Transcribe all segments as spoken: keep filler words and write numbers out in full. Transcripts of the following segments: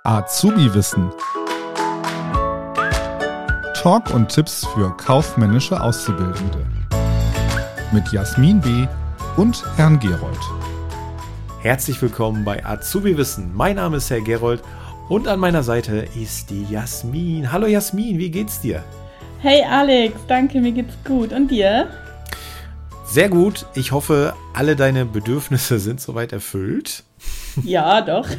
Azubi-Wissen. Talk und Tipps für kaufmännische Auszubildende. Mit Jasmin B. und Herrn Gerold. Herzlich willkommen bei Azubi-Wissen. Mein Name ist Herr Gerold und an meiner Seite ist die Jasmin. Hallo Jasmin, wie geht's dir? Hey Alex, danke, mir geht's gut. Und dir? Sehr gut. Ich hoffe, alle deine Bedürfnisse sind soweit erfüllt. Ja, doch.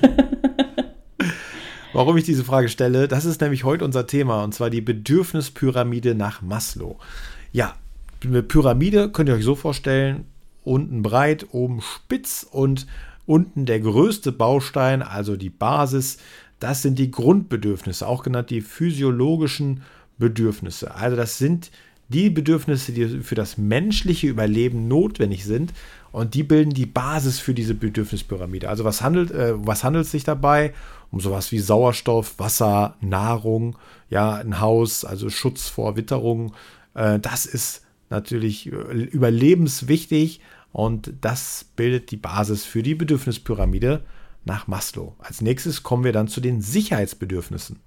Warum ich diese Frage stelle, das ist nämlich heute unser Thema, und zwar die Bedürfnispyramide nach Maslow. Ja, eine Pyramide könnt ihr euch so vorstellen, unten breit, oben spitz und unten der größte Baustein, also die Basis, das sind die Grundbedürfnisse, auch genannt die physiologischen Bedürfnisse. Also das sind die Bedürfnisse, die für das menschliche Überleben notwendig sind, und die bilden die Basis für diese Bedürfnispyramide. Also was handelt, äh, was handelt es sich dabei? Um sowas wie Sauerstoff, Wasser, Nahrung, ja, ein Haus, also Schutz vor Witterung. Äh, das ist natürlich überlebenswichtig, und das bildet die Basis für die Bedürfnispyramide nach Maslow. Als nächstes kommen wir dann zu den Sicherheitsbedürfnissen.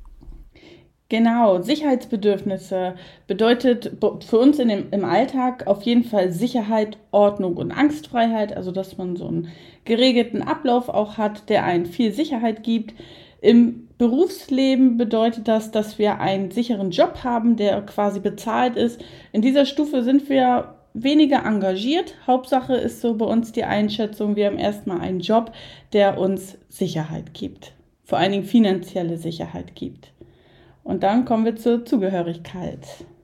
Genau, Sicherheitsbedürfnisse bedeutet für uns in dem, im Alltag auf jeden Fall Sicherheit, Ordnung und Angstfreiheit, also dass man so einen geregelten Ablauf auch hat, der einen viel Sicherheit gibt. Im Berufsleben bedeutet das, dass wir einen sicheren Job haben, der quasi bezahlt ist. In dieser Stufe sind wir weniger engagiert. Hauptsache ist so bei uns die Einschätzung, wir haben erstmal einen Job, der uns Sicherheit gibt, vor allen Dingen finanzielle Sicherheit gibt. Und dann kommen wir zur Zugehörigkeit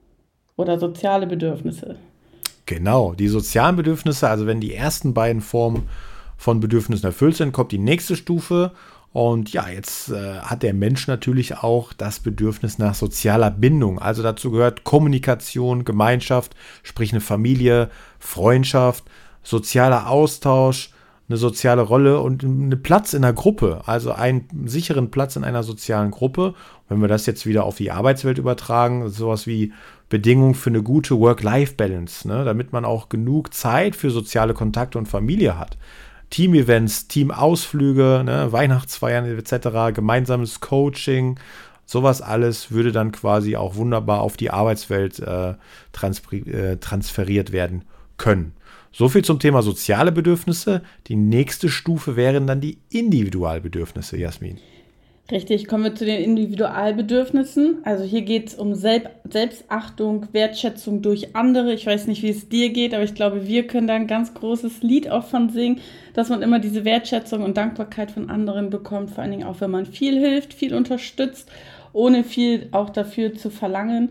oder soziale Bedürfnisse. Genau, die sozialen Bedürfnisse, also wenn die ersten beiden Formen von Bedürfnissen erfüllt sind, kommt die nächste Stufe. Und ja, jetzt äh, hat der Mensch natürlich auch das Bedürfnis nach sozialer Bindung. Also dazu gehört Kommunikation, Gemeinschaft, sprich eine Familie, Freundschaft, sozialer Austausch, eine soziale Rolle und einen Platz in einer Gruppe, also einen sicheren Platz in einer sozialen Gruppe. Und wenn wir das jetzt wieder auf die Arbeitswelt übertragen, sowas wie Bedingungen für eine gute Work-Life-Balance, ne, damit man auch genug Zeit für soziale Kontakte und Familie hat. Team-Events, Team-Ausflüge, ne, Weihnachtsfeiern et cetera, gemeinsames Coaching, sowas alles würde dann quasi auch wunderbar auf die Arbeitswelt äh, trans- äh, transferiert werden können. So viel zum Thema soziale Bedürfnisse. Die nächste Stufe wären dann die Individualbedürfnisse, Jasmin. Richtig, kommen wir zu den Individualbedürfnissen. Also hier geht es um Selb- Selbstachtung, Wertschätzung durch andere. Ich weiß nicht, wie es dir geht, aber ich glaube, wir können da ein ganz großes Lied auch von singen, dass man immer diese Wertschätzung und Dankbarkeit von anderen bekommt, vor allen Dingen auch, wenn man viel hilft, viel unterstützt, ohne viel auch dafür zu verlangen.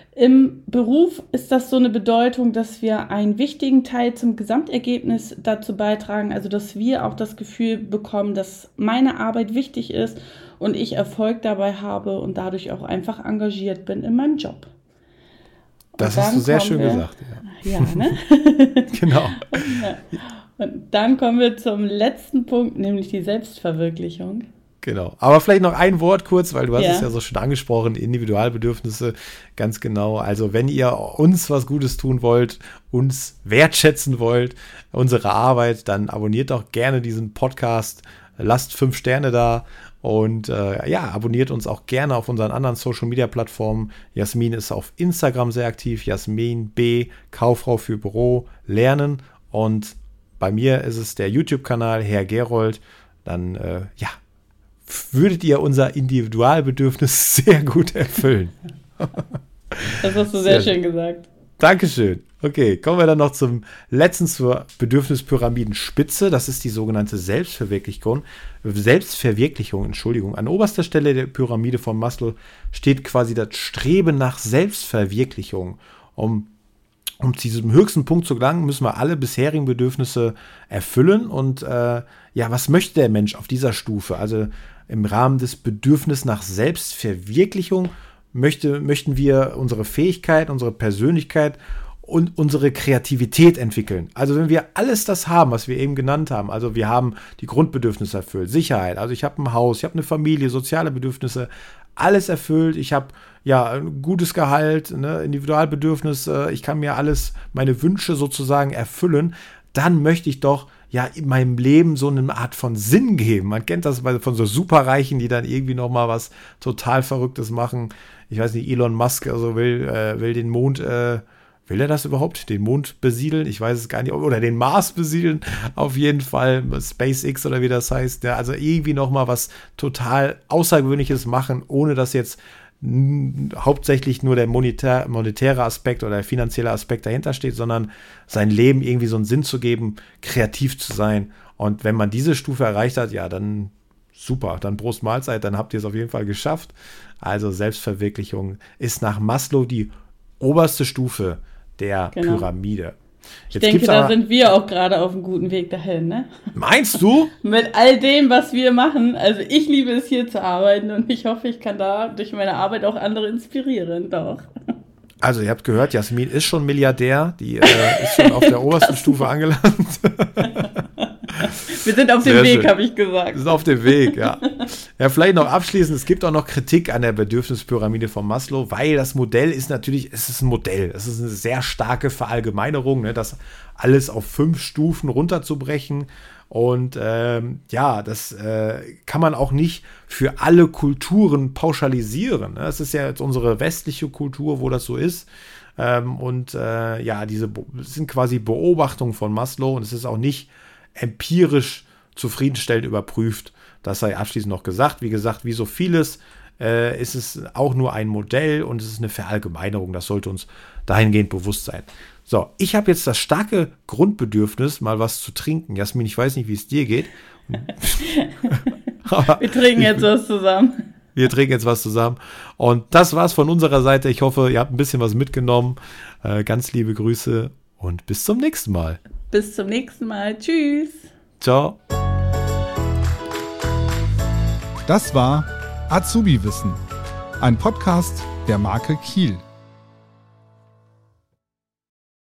Im Beruf ist das so eine Bedeutung, dass wir einen wichtigen Teil zum Gesamtergebnis dazu beitragen, also dass wir auch das Gefühl bekommen, dass meine Arbeit wichtig ist und ich Erfolg dabei habe und dadurch auch einfach engagiert bin in meinem Job. Das hast du sehr schön wir, gesagt. Ja, ja, ne? Genau. Und dann kommen wir zum letzten Punkt, nämlich die Selbstverwirklichung. Genau. Aber vielleicht noch ein Wort kurz, weil du hast ja. es ja so schon angesprochen, Individualbedürfnisse, ganz genau. Also wenn ihr uns was Gutes tun wollt, uns wertschätzen wollt, unsere Arbeit, dann abonniert doch gerne diesen Podcast, lasst fünf Sterne da und äh, ja, abonniert uns auch gerne auf unseren anderen Social-Media-Plattformen. Jasmin ist auf Instagram sehr aktiv, Jasmin B, Kauffrau für Büro, Lernen, und bei mir ist es der YouTube-Kanal Herr Gerold. Dann, äh, ja, würdet ihr unser Individualbedürfnis sehr gut erfüllen. Das hast du sehr, sehr schön gesagt. Dankeschön. Okay, kommen wir dann noch zum letzten, zur Bedürfnispyramidenspitze. Das ist die sogenannte Selbstverwirklichung. Selbstverwirklichung, Entschuldigung. An oberster Stelle der Pyramide von Maslow steht quasi das Streben nach Selbstverwirklichung. Um Um zu diesem höchsten Punkt zu gelangen, müssen wir alle bisherigen Bedürfnisse erfüllen. Und äh, ja, was möchte der Mensch auf dieser Stufe? Also im Rahmen des Bedürfnisses nach Selbstverwirklichung möchte, möchten wir unsere Fähigkeit, unsere Persönlichkeit und unsere Kreativität entwickeln. Also wenn wir alles das haben, was wir eben genannt haben, also wir haben die Grundbedürfnisse erfüllt, Sicherheit, also ich habe ein Haus, ich habe eine Familie, soziale Bedürfnisse, alles erfüllt, ich habe ja ein gutes Gehalt, ne, Individualbedürfnis, äh, ich kann mir alles, meine Wünsche sozusagen erfüllen, dann möchte ich doch ja in meinem Leben so eine Art von Sinn geben. Man kennt das von so Superreichen, die dann irgendwie nochmal was total Verrücktes machen. Ich weiß nicht, Elon Musk also will, äh, will den Mond, äh, will er das überhaupt? Den Mond besiedeln? Ich weiß es gar nicht. Oder den Mars besiedeln? Auf jeden Fall. SpaceX oder wie das heißt. Ja, also irgendwie nochmal was total Außergewöhnliches machen, ohne dass jetzt n- hauptsächlich nur der monetär, monetäre Aspekt oder der finanzielle Aspekt dahinter steht, sondern sein Leben irgendwie so einen Sinn zu geben, kreativ zu sein. Und wenn man diese Stufe erreicht hat, ja, dann super, dann Prost Mahlzeit, dann habt ihr es auf jeden Fall geschafft. Also Selbstverwirklichung ist nach Maslow die oberste Stufe der Genau. Pyramide. Ich Jetzt denke, gibt's da aber, sind wir auch gerade auf einem guten Weg dahin, ne? meinst du? Mit all dem, was wir machen. Also ich liebe es, hier zu arbeiten und ich hoffe, ich kann da durch meine Arbeit auch andere inspirieren, doch. Also ihr habt gehört, Jasmin ist schon Milliardär, die äh, ist schon auf der obersten Stufe angelangt. Wir sind auf dem Sehr Weg, schön. habe ich gesagt. Wir sind auf dem Weg, ja. Ja, vielleicht noch abschließend, es gibt auch noch Kritik an der Bedürfnispyramide von Maslow, weil das Modell ist natürlich, es ist ein Modell, es ist eine sehr starke Verallgemeinerung, ne, das alles auf fünf Stufen runterzubrechen. Und ähm, ja, das äh, kann man auch nicht für alle Kulturen pauschalisieren. Ne? Das ist ja jetzt unsere westliche Kultur, wo das so ist. Ähm, und äh, ja, diese Be- das sind quasi Beobachtungen von Maslow und es ist auch nicht empirisch zufriedenstellend überprüft. Das sei abschließend noch gesagt. Wie gesagt, wie so vieles äh, ist es auch nur ein Modell und es ist eine Verallgemeinerung. Das sollte uns dahingehend bewusst sein. So, ich habe jetzt das starke Grundbedürfnis, mal was zu trinken. Jasmin, ich weiß nicht, wie es dir geht. Wir trinken jetzt was zusammen. Wir trinken jetzt was zusammen. Und das war's von unserer Seite. Ich hoffe, ihr habt ein bisschen was mitgenommen. Äh, ganz liebe Grüße und bis zum nächsten Mal. Bis zum nächsten Mal. Tschüss. Ciao. Das war Azubi Wissen, ein Podcast der Marke Kiel.